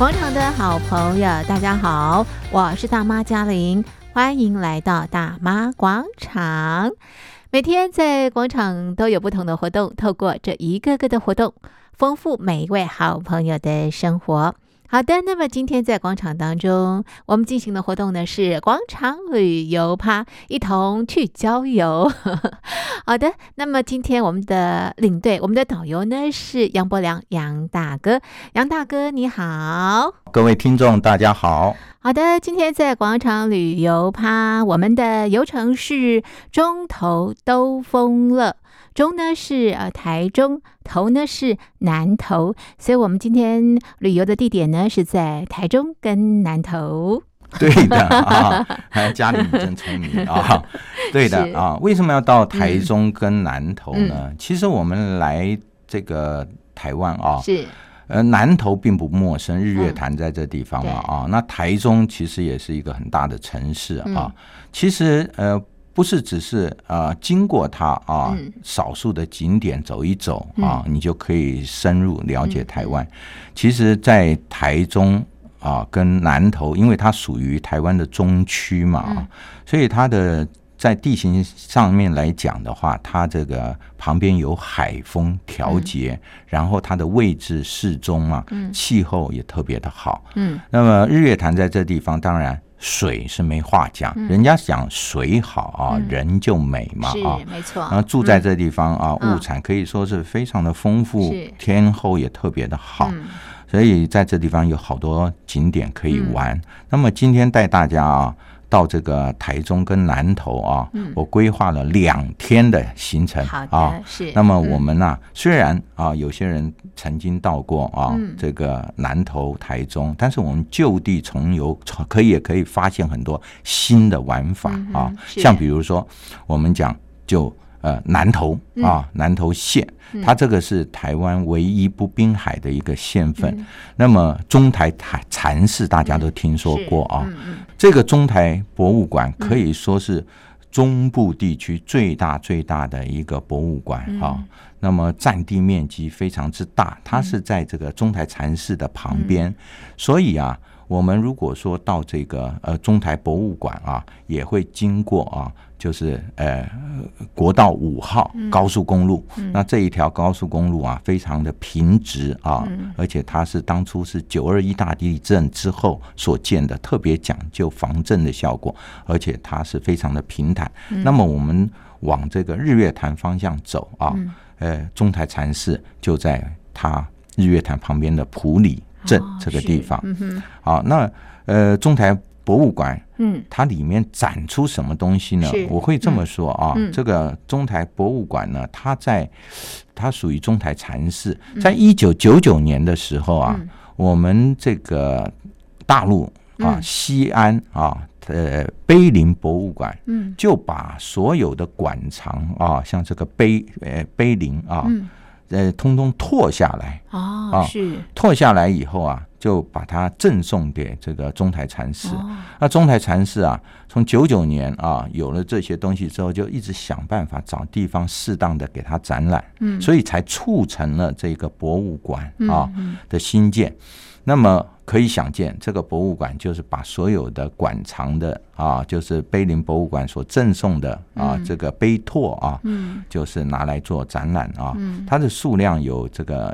广场的好朋友，大家好，我是大妈嘉玲，欢迎来到大妈广场。每天在广场都有不同的活动，透过这一个个的活动，丰富每一位好朋友的生活。好的，那么今天在广场当中，我们进行的活动呢是广场旅游趴，一同去郊游。好的，那么今天我们的领队，我们的导游呢是杨伯良杨大哥。杨大哥你好。 各位听众大家好。 好的，今天在广场旅游趴，我们的游程是中头兜风乐。中呢是台中，头呢是南投，所以我们今天旅游的地点呢是在台中跟南投。 对的啊，嘉玲你真聪明啊！对的啊，为什么要到台中跟南投呢？其实我们来这个台湾啊， 是南投并不陌生，日月潭在这地方嘛啊，那台中其实也是一个很大的城市啊。其实不是只是经过它啊，少数的景点走一走啊，你就可以深入了解台湾。其实，在台中啊跟南投，因为它属于台湾的中区嘛，所以它的在地形上面来讲的话，它这个旁边有海风调节，然后它的位置适中嘛，气候也特别的好。那么日月潭在这地方，当然水是没话讲，人家讲水好啊，人就美嘛啊， 是没错。 然后住在这地方啊，物产可以说是非常的丰富，天候也特别的好，所以在这地方有好多景点可以玩。那么今天带大家啊到这个台中跟南投啊，我规划了2天的行程啊。是。那么我们虽然啊有些人曾经到过啊这个南投、台中，但是我们就地重游，也可以发现很多新的玩法啊。像比如说我们讲就南投啊，南投县，它这个是台湾唯一不滨海的一个县份。那么中台禅寺大家都听说过啊，这个中台博物馆可以说是中部地区最大的一个博物馆啊。那么占地面积非常之大，它是在这个中台禅寺的旁边，所以啊，我们如果说到这个中台博物馆啊，也会经过啊，就是国道5号高速公路。那这一条高速公路啊，非常的平直啊，而且它是当初是921大地震之后所建的，特别讲究防震的效果，而且它是非常的平坦。那么我们往这个日月潭方向走啊，中台禅寺就在它日月潭旁边的埔里镇这个地方。好，那中台博物馆，它里面展出什么东西呢？我会这么说啊，这个中台博物馆呢，它属于中台禅寺，在1999年的时候啊，我们这个大陆啊，西安啊，碑林博物馆，就把所有的馆藏啊，像这个碑林啊，通通拓下来是拓下来以后啊，就把它赠送给这个中台禅寺。那中台禅寺啊，从99年啊有了这些东西之后，就一直想办法找地方适当的给它展览，所以才促成了这个博物馆的兴建。那么可以想见，这个博物馆就是把所有的馆藏的就是碑林博物馆所赠送的这个碑拓就是拿来做展览它的数量有这个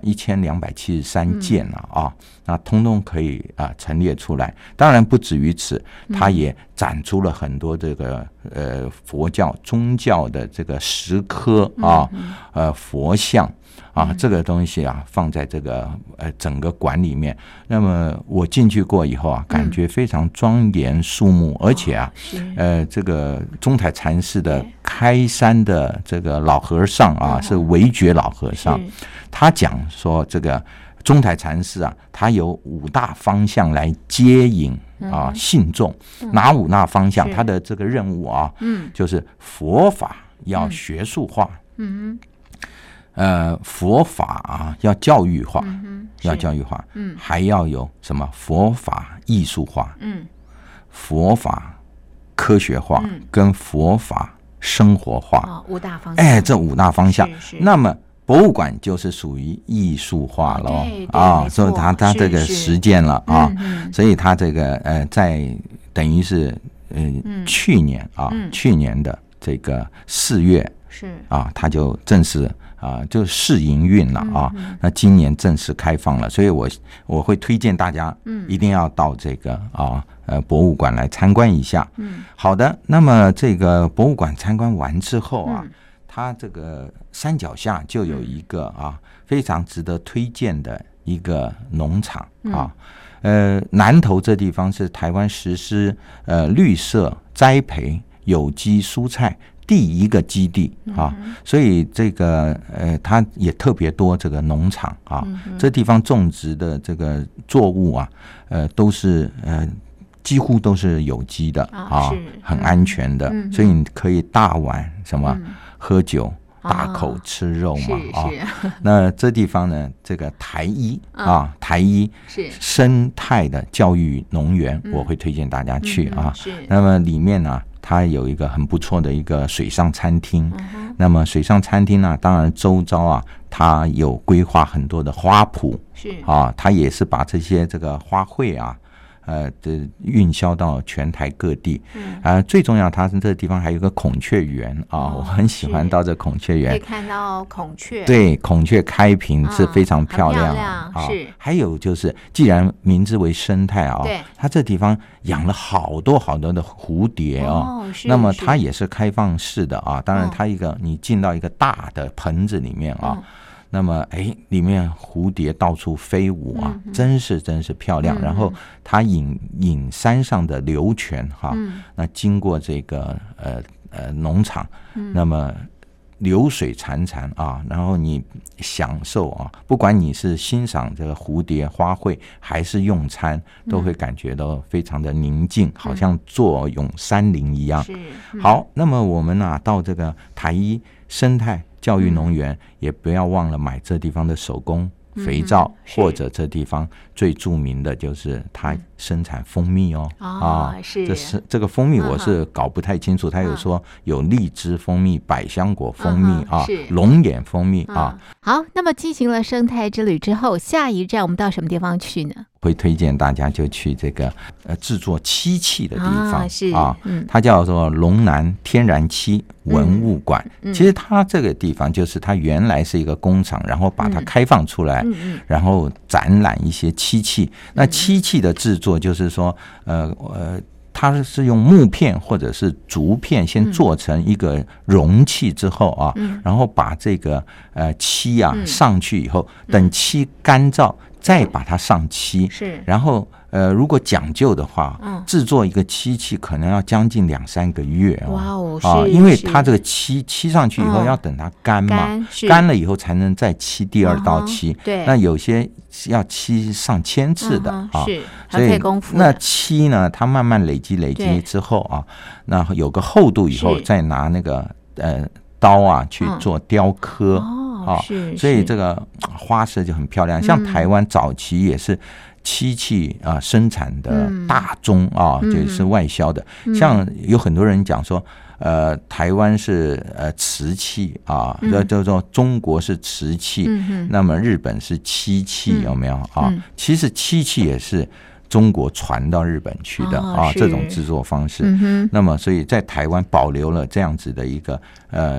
1273件那通通可以陈列出来。当然不止于此，它也展出了很多这个佛教宗教的这个石刻佛像这个东西放在这个整个馆里面。那么我进去过以后感觉非常庄严肃穆，而且这个中台禅寺的开山的这个老和尚是惟觉老和尚，他讲说这个中台禅寺它有5大方向来接引信众。哪5大方向？他的这个任务就是佛法要学术化，佛法要教育化，还要有什么佛法艺术化，佛法科学化，跟佛法生活化， 5大方向。 这5大方向。那么博物馆就是属于艺术化咯，所以他这个实践了所以他这个在等于是去年的这个4月他就正式就试营运了那今年正式开放了，所以我会推荐大家一定要到这个博物馆来参观一下。好的，那么这个博物馆参观完之后它这个山脚下就有一个非常值得推荐的一个农场南投这地方是台湾实施绿色栽培有机蔬菜第一个基地所以这个它也特别多这个农场这地方种植的这个作物都是几乎都是有机的很安全的所以你可以大碗什么喝酒大口吃肉嘛那这地方呢这个台一生态的教育农园我会推荐大家去那么里面呢它有一个很不错的一个水上餐厅那么水上餐厅呢当然周遭它有规划很多的花圃它也是把这个花卉运销到全台各地最重要它这个地方还有一个孔雀园我很喜欢到这孔雀园可以看到孔雀， 对，孔雀开屏是非常漂亮是还有就是既然名之为生态它这地方养了好多好多的蝴蝶那么它也是开放式的当然它你进到一个大的盆子里面那么里面蝴蝶到处飞舞真是漂亮然后它引山上的流泉那经过这个农场那么流水潺潺然后你享受不管你是欣赏这个蝴蝶花卉还是用餐都会感觉到非常的宁静好像坐拥山林一样好，那么我们到这个台一生态教育农园也不要忘了买这地方的手工肥皂或者这地方最著名的就是它生产蜂蜜这个蜂蜜我是搞不太清楚它有说有荔枝蜂蜜百香果蜂蜜龙眼蜂蜜好，那么进行了生态之旅之后下一站我们到什么地方去呢？ 会推荐大家就去这个制作漆器的地方它叫做龙南天然漆文物馆其实它这个地方就是它原来是一个工厂然后把它开放出来然后展览一些漆器那漆器的制作就是说它是用木片或者是竹片先做成一个容器之后然后把这个漆上去以后等漆干燥再把它上漆然后如果讲究的话制作一个漆器可能要将近2-3个月因为它这个漆上去以后要等它干嘛干了以后才能再漆第二道漆那有些要漆上千次的所以那漆呢它慢慢累积之后那有个厚度以后再拿那个刀去做雕刻所以这个花色就很漂亮像台湾早期也是漆器生产的大宗就是外销的像有很多人讲说台湾是瓷器叫做中国是瓷器那么日本是漆器有没有其实漆器也是中国传到日本去的这种制作方式那么所以在台湾保留了这样子的一个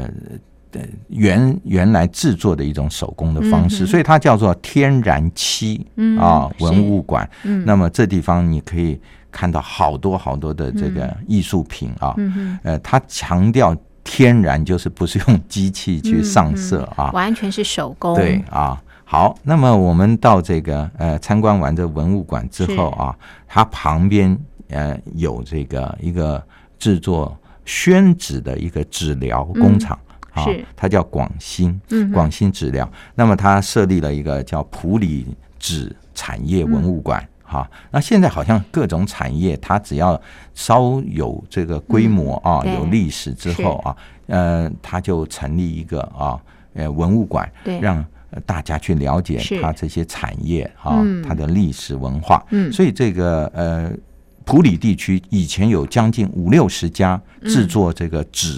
原来制作的一种手工的方式所以它叫做天然漆文物馆那么这地方你可以看到好多好多的这个艺术品它强调天然就是不是用机器去上色完全是手工对好，那么我们到这个参观完这文物馆之后它旁边有这个一个制作宣纸的一个纸疗工厂它叫广兴纸疗那么它设立了一个叫埔里纸产业文物馆那现在好像各种产业它只要稍有这个规模有历史之后它就成立一个文物馆让大家去了解它这些产业它的历史文化所以这个埔里地区以前有将近50-60家制作这个纸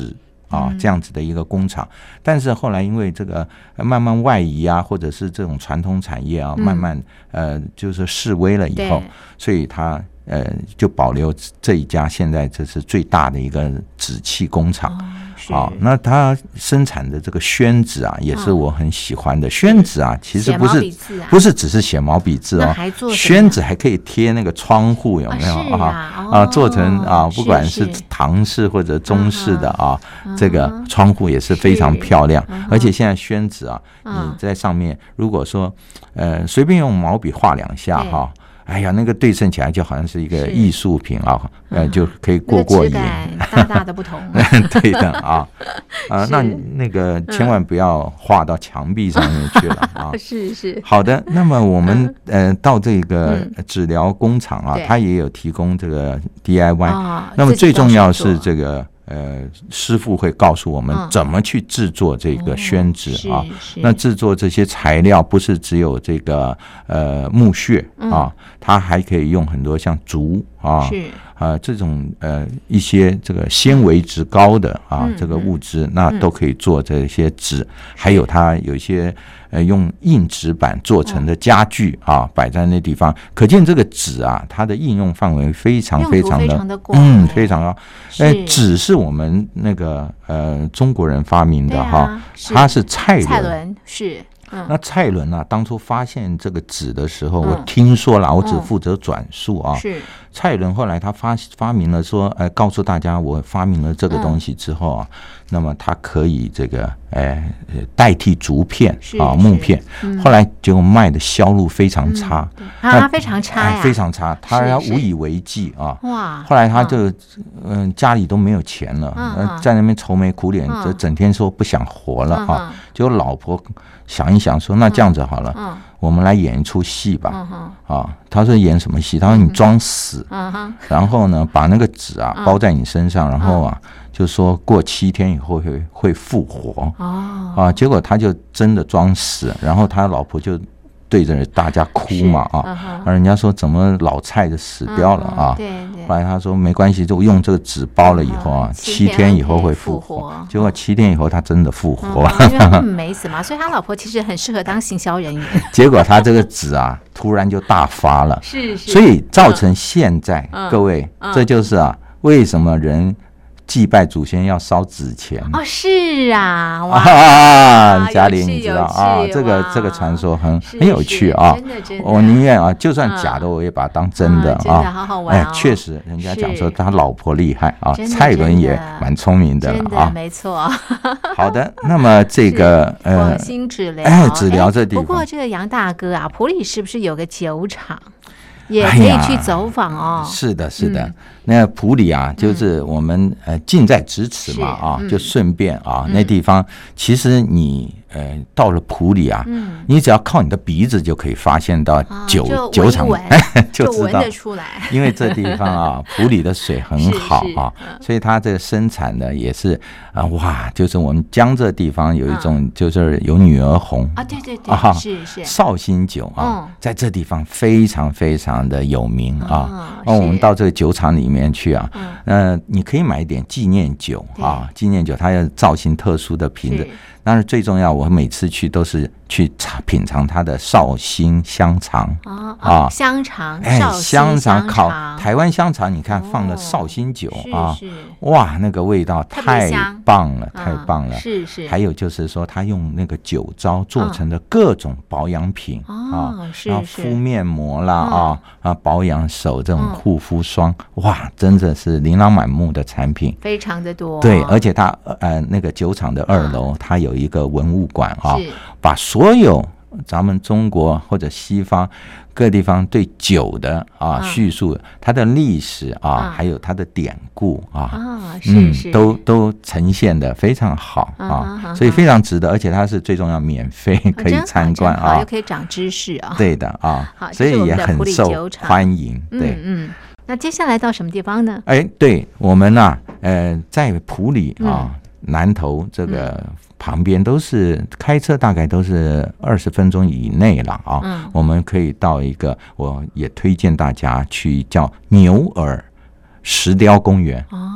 这样子的一个工厂。但是后来因为这个慢慢外移啊，或者是这种传统产业啊，慢慢就是式微了以后，所以它就保留这一家，现在这是最大的一个纸器工厂。那它生产的这个宣纸啊，也是我很喜欢的。宣纸啊，其实不是只是写毛笔字哦，宣纸还可以贴那个窗户，有没有做成不管是唐式或者中式的这个窗户也是非常漂亮。而且现在宣纸啊，你在上面如果说随便用毛笔画2下哎呀，那个对称起来就好像是一个艺术品就可以过瘾， 大大的不同。 对的那个千万不要画到墙壁上面去了是好的。那么我们到这个纸疗工厂它也有提供这个 DIY，那么最重要是这个师傅会告诉我们怎么去制作这个宣纸那制作这些材料不是只有这个木屑它还可以用很多像竹这种一些这个纤维质高的这个物质，那都可以做这些纸。还有它有一些用硬纸板做成的家具摆在那地方，可见这个纸它的应用范围非常非常的广，非常高。纸是我们那个中国人发明的它是蔡伦是。 那蔡伦当初发现这个纸的时候，我听说了，我只负责转述是蔡伦后来他发明了说，告诉大家我发明了这个东西之后那么它可以这个代替竹片木片，后来结果卖的销路非常差， 非常差非常差，他要无以为继后来他就家里都没有钱了，在那边愁眉苦脸，就整天说不想活了结果老婆想一想说，那这样子好了，我们来演一出戏吧他说演什么戏？他说你装死然后呢把那个纸包在你身上，然后就说过7天以后会复活结果他就真的装死，然后他老婆就对着大家哭嘛人家说怎么老蔡就死掉了后来他说没关系，就用这个纸包了以后7天以后会复活。结果7天以后他真的复活因为他根本没死嘛，所以他老婆其实很适合当行销人员。 结果他这个纸突然就大发了，所以造成现在各位这就是为什么人祭拜祖先要烧纸钱是嘉玲你知道这个传说很有趣真的我宁愿就算假的我也把它当真的真的好好玩确实人家讲说他老婆厉害蔡伦也蛮聪明的真的没错好的，那么这个广兴纸疗纸疗这地方， 不过这个杨大哥埔里是不是有个酒厂也可以去走访是的是的那埔里就是我们近在咫尺嘛就顺便那地方其实你到了埔里你只要靠你的鼻子就可以发现到酒厂就知道闻得出来因为这地方埔里的水很好所以它这个生产的也是就是我们江浙地方有一种就是有女儿红对是绍兴酒在这地方非常非常的有名我们到这个酒厂里面去你可以买一点纪念酒纪念酒它有造型特殊的瓶子，但是最重要我每次去都是去品尝它的绍兴香肠香肠香肠烤台湾香肠，你看放了绍兴酒哇那个味道太棒了太棒了是还有就是说他用那个酒糟做成的各种保养品然后敷面膜啦保养手这种护肤霜哇真的是琳琅满目的产品非常的多对，而且他那个酒厂的2楼它有一个文物馆把所有咱们中国或者西方各地方对酒的叙述它的历史还有它的典故都呈现的非常好所以非常值得，而且它是最重要免费可以参观又可以长知识对的所以也很受欢迎对那接下来到什么地方呢？ 对我们在埔里南投这个旁边都是开车大概都是20分钟以内了我们可以到一个我也推荐大家去叫牛耳石雕公园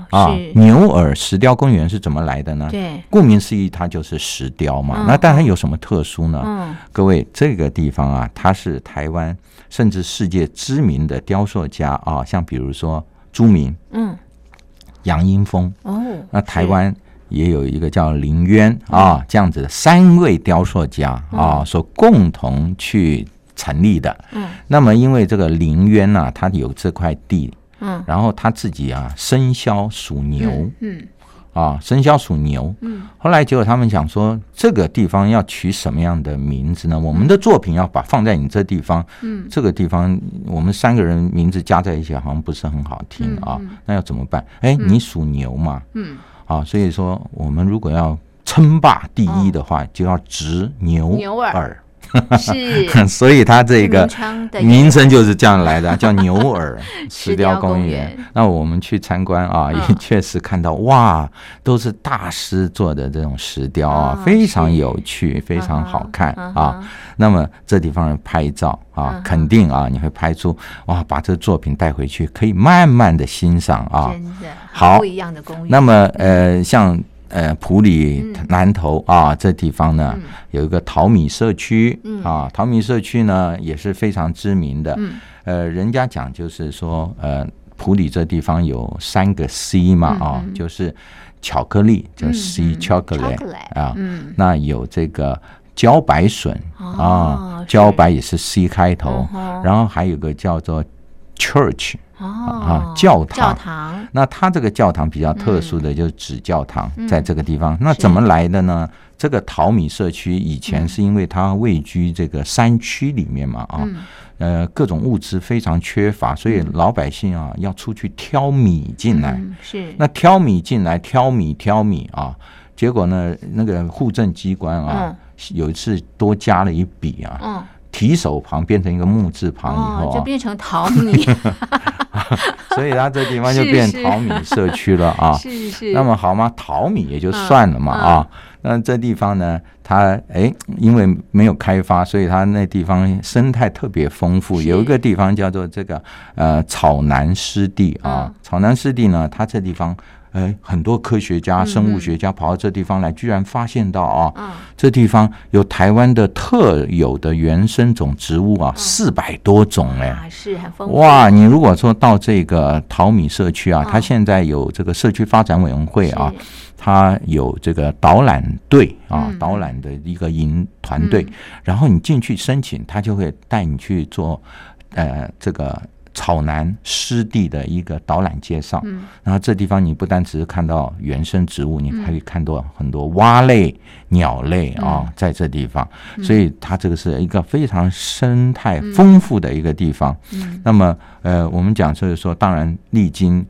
牛耳石雕公园是怎么来的呢？ 对， 顾名思义，它就是石雕嘛。那当然有什么特殊呢？各位，这个地方啊，它是台湾甚至世界知名的雕塑家啊，像比如说朱铭，杨英风，那台湾也有一个叫林渊啊，这样子的3位雕塑家啊，所共同去成立的。那么因为这个林渊啊，他有这块地，然后他自己啊生肖属牛，生肖属牛，后来结果他们想说这个地方要取什么样的名字呢？我们的作品要放在你这地方，这个地方我们3个人名字加在一起好像不是很好听啊，那要怎么办？你属牛嘛，所以说我们如果要称霸第一的话，就要执牛耳。 是， 所以它这个名称就是这样来的，叫牛耳石雕公园。那我们去参观啊，也确实看到哇，都是大师做的这种石雕啊，非常有趣，非常好看啊。那么这地方拍照啊，肯定啊，你会拍出哇，把这个作品带回去，可以慢慢的欣赏啊。 真的，好不一样的公园。 那么像埔里南投啊，这地方呢有一个淘米社区啊，淘米社区呢也是非常知名的。人家讲就是说，埔里这地方有3个 C 嘛啊，就是巧克力，就是 C chocolate 啊，那有这个茭白笋啊，茭白也是 C 开头，然后还有个叫做 church。教堂。那它这个教堂比较特殊的就是纸教堂，在这个地方。那怎么来的呢？这个淘米社区以前是因为它位居这个山区里面嘛各种物资非常缺乏，所以老百姓啊要出去挑米进来。那挑米进来，挑米啊，结果呢，那个户政机关啊，有一次多加了一笔啊。提手旁变成一个木字旁以后， 就变成淘米， 所以它这地方就变淘米社区了啊。 是。 那么好吗？淘米也就算了嘛那这地方呢，它因为没有开发，所以它那地方生态特别丰富。有一个地方叫做这个草南湿地啊，草南湿地呢，它这地方。很多科学家、生物学家跑到这地方来，居然发现到这地方有台湾的特有的原生种植物400多种是很丰富。 哇，你如果说到这个淘米社区啊，它现在有这个社区发展委员会啊，它有这个导览队导览的一个营团队，然后你进去申请，他就会带你去做这个。草南湿地的一个导览介绍，然后这地方你不单只是看到原生植物，你还可以看到很多蛙类、鸟类在这地方，所以它这个是一个非常生态丰富的一个地方。那么我们讲就是说，当然历经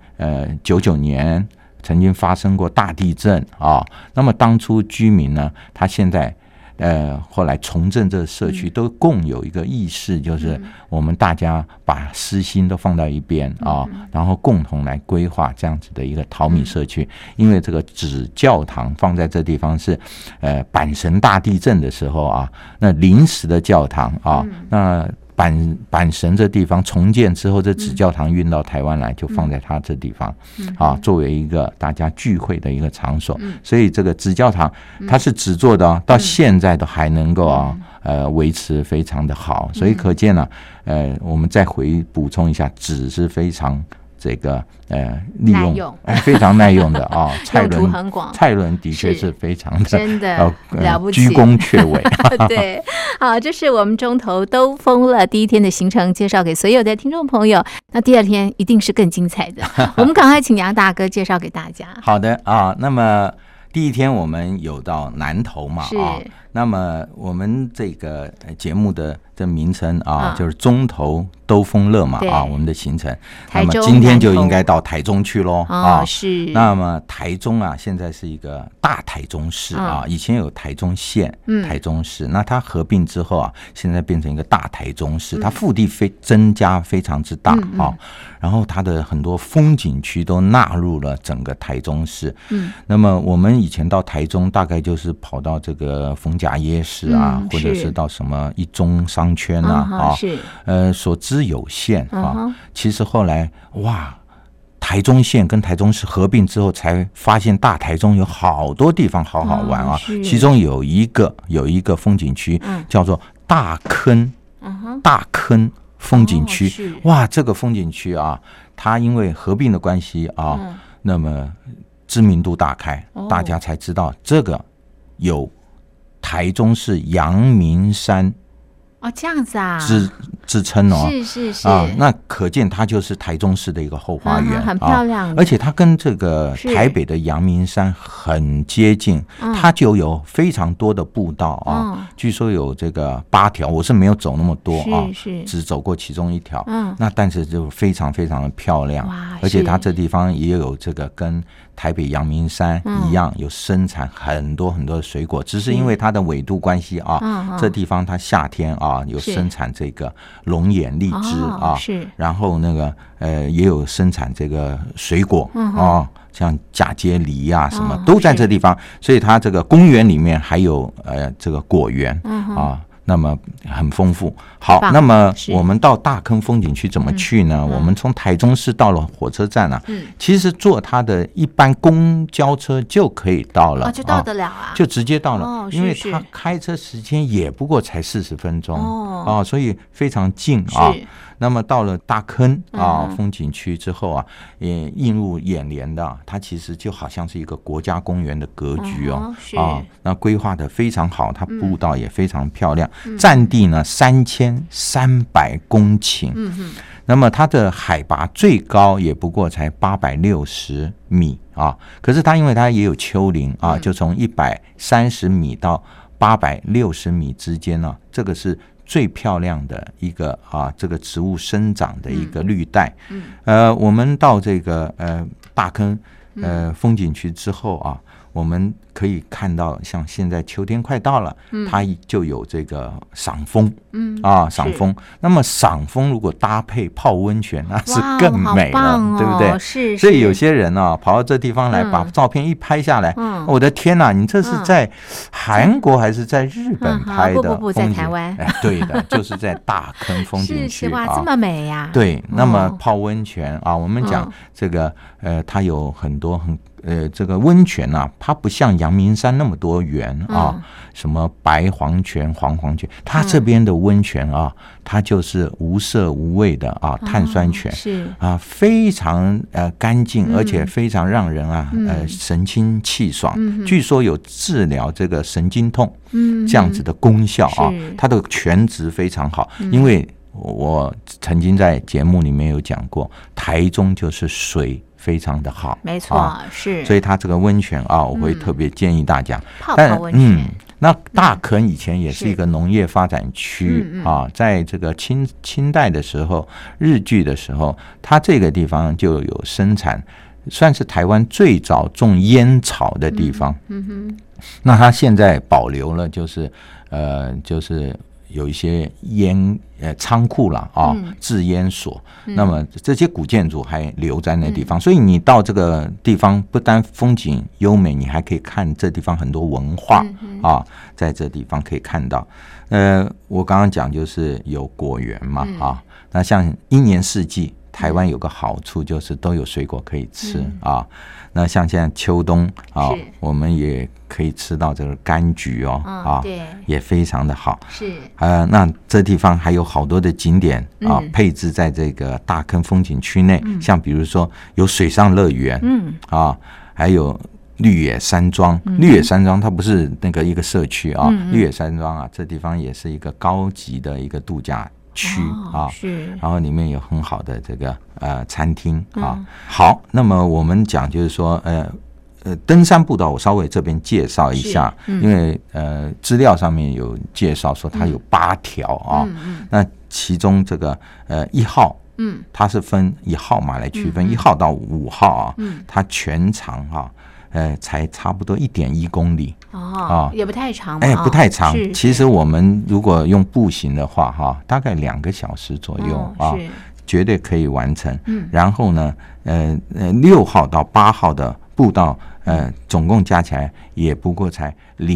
99年曾经发生过大地震那么当初居民呢，他现在后来重振这个社区都共有一个意识，就是我们大家把私心都放到一边然后共同来规划这样子的一个淘米社区。因为这个纸教堂放在这地方是阪神大地震的时候那临时的教堂那阪神这地方重建之后，这纸教堂运到台湾来，就放在它这地方作为一个大家聚会的一个场所。所以这个纸教堂它是纸做的到现在都还能够维持非常的好。所以可见我们再补充一下，纸是非常这个利用非常耐用的蔡伦的确是非常的真的了不起， 居功阙伟。 对，好，这是我们中投兜风了第一天的行程，介绍给所有的听众朋友。那第二天一定是更精彩的，我们赶快请杨大哥介绍给大家。 好的那么第一天我们有到南投嘛那么我们这个节目的名称就是中投兜风乐嘛我们的行程，那么今天就应该到台中去咯是。 那么台中现在是一个大台中市以前有台中县、台中市，那它合并之后现在变成一个大台中市，它腹地增加非常之大然后它的很多风景区都纳入了整个台中市。那么我们以前到台中大概就是跑到这个逢甲夜市或者是到什么一中商圈所知有限其实后来台中县跟台中市合并之后，才发现大台中有好多地方好好玩啊。其中有一个风景区叫做大坑风景区。哇，这个风景区啊，它因为合并的关系啊，那么知名度大开，大家才知道这个有台中市阳明山这样子啊， 支撑哦， 是那可见它就是台中市的一个后花园， 很漂亮而且它跟这个台北的阳明山很接近，它就有非常多的步道啊，据说有这个8条，我是没有走那么多啊，只走过其中1条，那但是就非常非常的漂亮，而且它这地方也有这个跟台北阳明山一样，有生产很多很多的水果，只是因为它的纬度关系啊，这地方它夏天啊有生产这个龙眼荔枝啊，然后那个也有生产这个水果像假接梨啊什么都在这地方，所以它这个公园里面还有这个果园啊。那么很丰富。好，那么我们到大坑风景区怎么去呢？我们从台中市到了火车站啊，其实坐它的一般公交车就可以到了， 就到得了啊， 就直接到了，因为它开车时间也不过才40分钟所以非常近啊。那么到了大坑风景区之后啊，也映入眼帘的，它其实就好像是一个国家公园的格局那规划的非常好，它步道也非常漂亮，占地呢3300公顷，那么它的海拔最高也不过才860米可是它因为它也有丘陵就从130米到860米之间呢，这个是最漂亮的一个这个植物生长的一个绿带。我们到这个大坑风景区之后我们可以看到，像现在秋天快到了，它就有这个赏枫，赏枫。那么赏枫如果搭配泡温泉，那是更美了，对不对？ 是。 所以有些人跑到这地方来，把照片一拍下来，我的天哪，你这是在韩国还是在日本拍的？ 不，在台湾。 对的，就是在大坑风景区哇，这么美呀！ 对，那么泡温泉我们讲这个它有很多这个温泉它不像阳明山那么多源什么白黄泉、黄黄泉，它这边的温泉它就是无色无味的碳酸泉， 是非常干净，而且非常让人神清气爽。据说有治疗这个神经痛这样子的功效它的泉质非常好，因为我曾经在节目里面有讲过，台中就是水非常的好， 没错，是， 所以它这个温泉我会特别建议大家泡温泉。 那大坑以前也是一个农业发展区在这个清代的时候，日据的时候，它这个地方就有生产，算是台湾最早种烟草的地方。那它现在保留了，就是有一些仓库啦制烟所，那么这些古建筑还留在那地方，所以你到这个地方不但风景优美，你还可以看这地方很多文化在这地方可以看到。我刚刚讲就是有果园嘛那像一年四季台湾有个好处就是都有水果可以吃那像现在秋冬我们也可以吃到这个柑橘对， 也非常的好。 是那这地方还有好多的景点配置在这个大坑风景区内，像比如说有水上乐园还有绿野山庄。绿野山庄它不是那个一个社区绿野山庄这地方也是一个高级的一个度假区是， 然后里面有很好的这个餐厅好，那么我们讲就是说登山步道我稍微这边介绍一下，因为资料上面有介绍说它有8条那其中这个1号它是分以号码来区分，1号到5号它全长才差不多1.1公里也不太长不太长。其实我们如果用步行的话大概2个小时左右绝对可以完成。然后呢6号到8号的步道总共加起来也不过才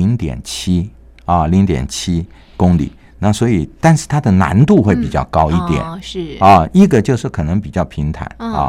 0.7公里。那所以但是它的难度会比较高一点是一个就是可能比较平坦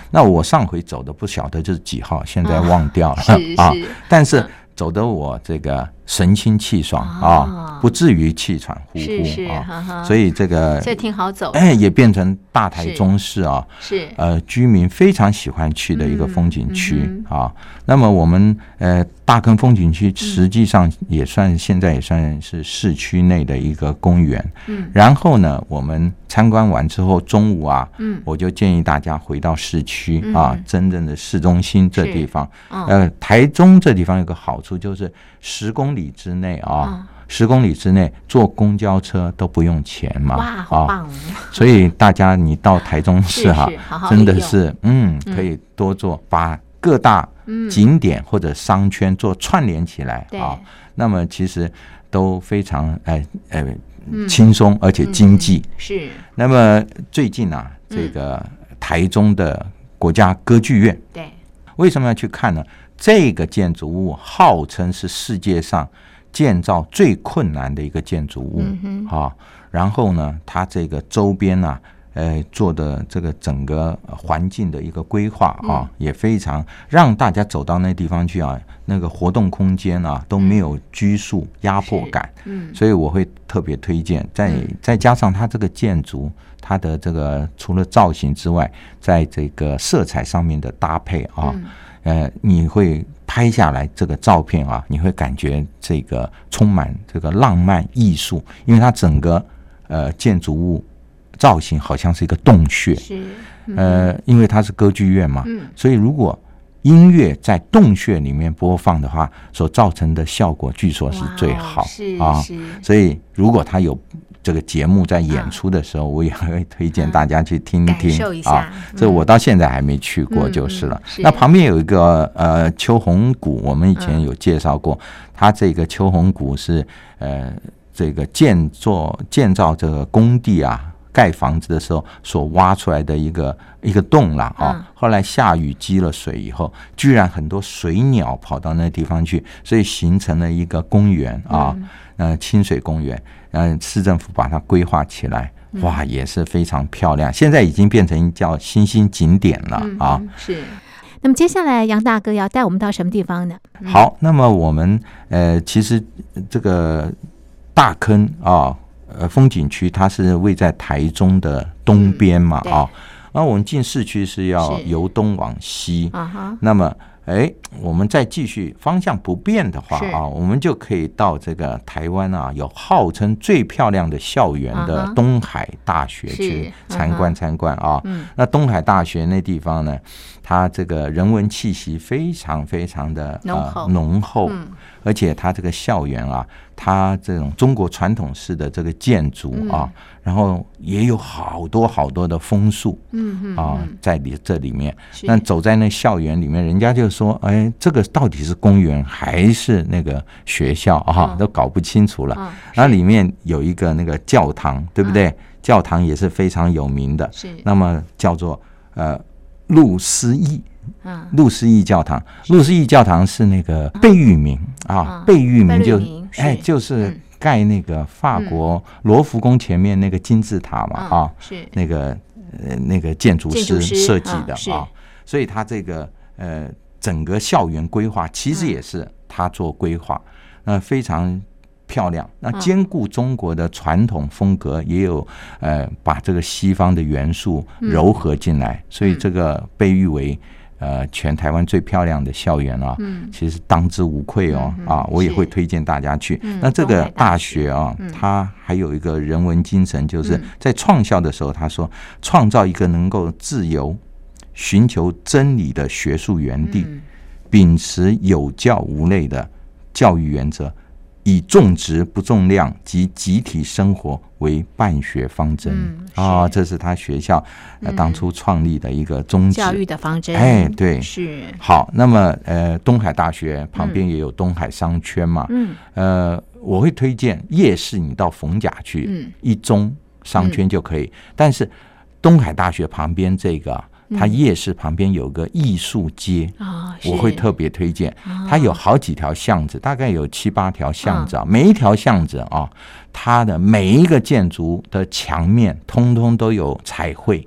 那我上回走的不晓得就是几号，现在忘掉了但是走的我这个神清气爽不至于气喘呼呼所以这挺好走也变成大台中市居民非常喜欢去的一个风景区那么我们大坑风景区实际上现在也算是市区内的一个公园然后呢我们参观完之后中午我就建议大家回到市区真正的市中心这地方台中这地方有个好处就是10公里之内10公里之内坐公交车都不用钱嘛哇好棒所以大家你到台中市真的是可以多做把各大景点或者商圈做串联起来那么其实都非常轻松而且经济是那么最近这个台中的国家歌剧院对为什么要去看呢？这个建筑物号称是世界上建造最困难的一个建筑物然后呢它这个周边做的这个整个环境的一个规划也非常让大家走到那地方去那个活动空间都没有拘束压迫感所以我会特别推荐再加上它这个建筑它的这个除了造型之外在这个色彩上面的搭配你会拍下来这个照片你会感觉这个充满这个浪漫艺术因为它整个建筑物造型好像是一个洞穴因为它是歌剧院嘛所以如果音乐在洞穴里面播放的话所造成的效果据说是最好所以如果它有这个节目在演出的时候我也会推荐大家去听一听感受一下这我到现在还没去过就是了那旁边有一个秋红谷我们以前有介绍过它这个秋红谷是这个建造这个工地盖房子的时候所挖出来的一个洞后来下雨积了水以后居然很多水鸟跑到那地方去所以形成了一个公园清水公园市政府把它规划起来哇也是非常漂亮现在已经变成叫新兴景点了是那么接下来杨大哥要带我们到什么地方呢好那么我们其实这个大坑风景区它是位在台中的东边嘛那我们进市区是要由东往西那么我们再继续方向不变的话我们就可以到这个台湾有号称最漂亮的校园的东海大学去参观那东海大学那地方呢它这个人文气息非常非常的浓厚而且它这个校园它这种中国传统式的这个建筑然后也有好多好多的枫树在这里面那走在那校园里面人家就说这个到底是公园还是那个学校都搞不清楚了那里面有一个那个教堂对不对教堂也是非常有名的那么叫做路思义路思义教堂路思义教堂是那个贝聿铭贝聿铭就是盖那个法国罗浮宫前面那个金字塔嘛是那个建筑师设计的所以他这个整个校园规划其实也是他做规划非常漂亮那兼顾中国的传统风格也有把这个西方的元素糅合进来所以这个被誉为全台湾最漂亮的校园其实当之无愧我也会推荐大家去那这个大学它还有一个人文精神就是在创校的时候他说创造一个能够自由寻求真理的学术园地秉持有教无类的教育原则以重质不重量及集体生活为办学方针这是他学校当初创立的一个宗旨教育的方针对是好那么东海大学旁边也有东海商圈嘛我会推荐夜市你到逢甲去一中商圈就可以但是东海大学旁边这个它夜市旁边有个艺术街我会特别推荐它有好几条巷子大概有7、8条巷子每一条巷子它的每一个建筑的墙面通通都有彩绘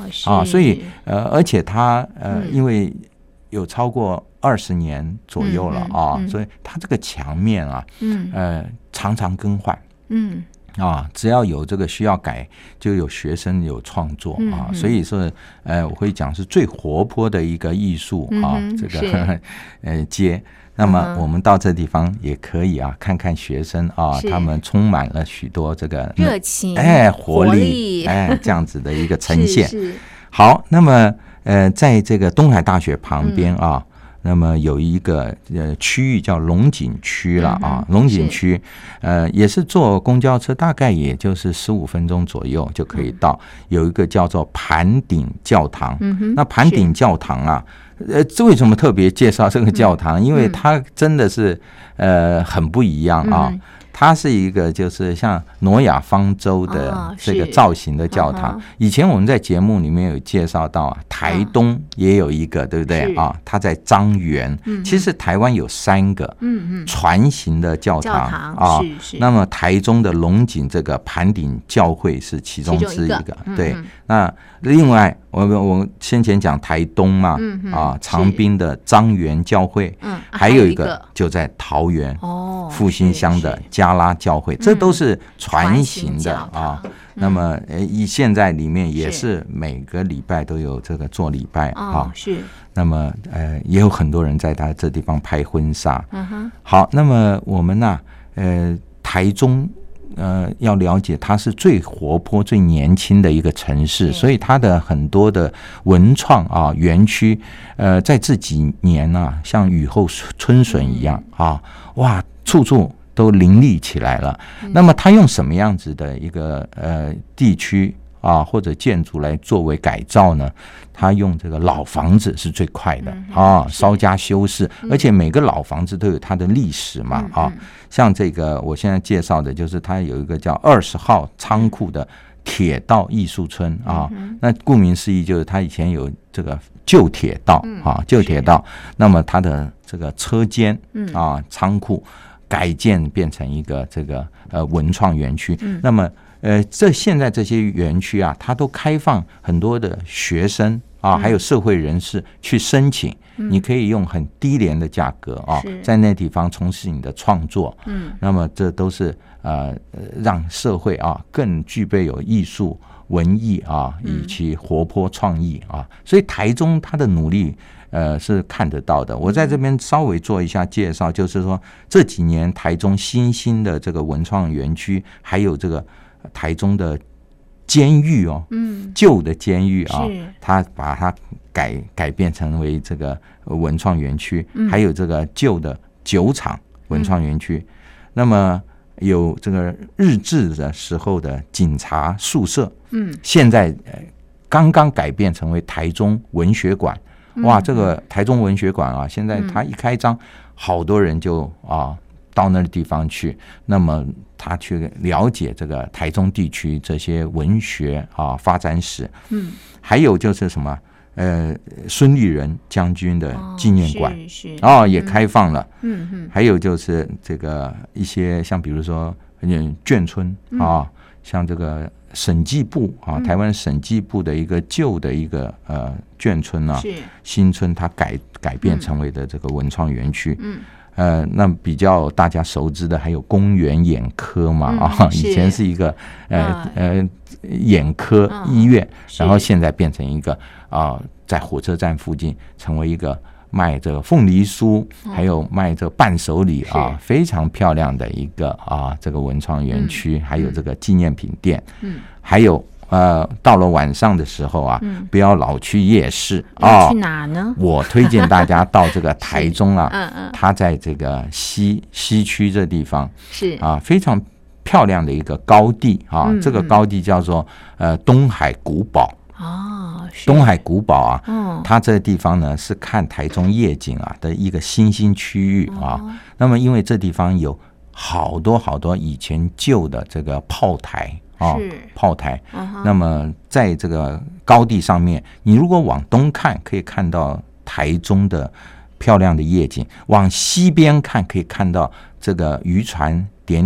所以而且它因为有超过20年左右了所以它这个墙面常常更换，只要有这个需要改，就有学生有创作所以说我会讲是最活泼的一个艺术这个街。那么我们到这地方也可以看看学生他们充满了许多这个热情活力这样子的一个呈现。是好，那么在这个东海大学旁边那么有一个区域叫龙井区了龙井区也是坐公交车大概也就是15分钟左右就可以到，有一个叫做盘顶教堂。那盘顶教堂这为什么特别介绍这个教堂？因为它真的是很不一样它是一个就是像挪亚方舟的这个造型的教堂。以前我们在节目里面有介绍到台东也有一个，对不对它在彰源。其实台湾有3个船型的教堂那么台中的龙井这个盘顶教会是其中之一个。对，那另外我先前讲台东嘛长滨的彰源教会还有一个就在桃园复兴乡的加拉教会，这都是船型的那么现在里面也是每个礼拜都有这个做礼拜是。 那么也有很多人在他这地方拍婚纱。好，那么我们台中要了解它是最活泼最年轻的一个城市，所以它的很多的文创园区在这几年像雨后春笋一样哇处处都林立起来了。那么它用什么样子的一个地区或者建筑来作为改造呢？它用这个老房子是最快的稍加修饰，而且每个老房子都有它的历史嘛像这个我现在介绍的就是它有一个叫20号仓库的铁道艺术村那顾名思义就是它以前有这个旧铁道旧铁道，那么它的这个车间仓库改建变成一个这个文创园区。那么现在这些园区它都开放很多的学生还有社会人士去申请，你可以用很低廉的价格在那地方从事你的创作。那么这都是让社会更具备有艺术文艺以及活泼创意所以台中它的努力是看得到的。我在这边稍微做一下介绍，就是说这几年台中新兴的这个文创园区，还有这个台中的监狱旧的监狱它把它改变成为这个文创园区，还有这个旧的酒厂文创园区。那么有这个日治的时候的警察宿舍现在刚刚改变成为台中文学馆。哇，这个台中文学馆现在它一开张，好多人就到那个地方去，那么他去了解这个台中地区这些文学发展史。还有就是什么孙立人将军的纪念馆也开放了。还有就是这个一些像比如说眷村像这个审计部台湾审计部的一个旧的一个眷村新村，它改变成为的这个文创园区。那比较大家熟知的还有公园眼科嘛以前是一个眼科医院，然后现在变成一个在火车站附近成为一个卖这个凤梨酥还有卖这个伴手礼非常漂亮的一个这个文创园区，还有这个纪念品店。还有到了晚上的时候不要老去夜市去哪呢？ 我推荐大家到这个台中它在这个西区这地方是非常漂亮的一个高地这个高地叫做东海古堡。东海古堡它这个地方呢是看台中夜景的一个新兴区域那么因为这地方有好多好多以前旧的这个炮台炮台。那么在这个高地上面，你如果往东看可以看到台中的漂亮的夜景，往西边看可以看到这个渔船点点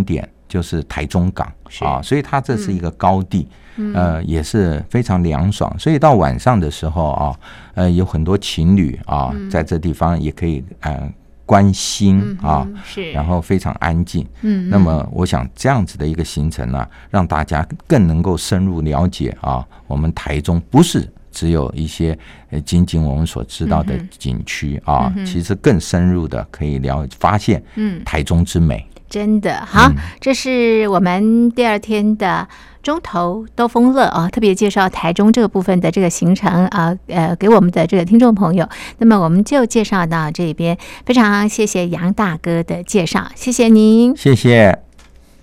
就是台中港啊，所以它这是一个高地，也是非常凉爽。所以到晚上的时候啊，有很多情侣啊，在这地方也可以观星啊， 是，然后非常安静。那么我想这样子的一个行程呢，让大家更能够深入了解啊，我们台中不是只有一些仅仅我们所知道的景区啊，其实更深入的可以发现台中之美。 真的好，这是我们第二天的中投兜风乐啊，特别介绍台中这个部分的这个行程啊，给我们的这个听众朋友。那么我们就介绍到这边，非常谢谢杨大哥的介绍，谢谢您， 谢谢。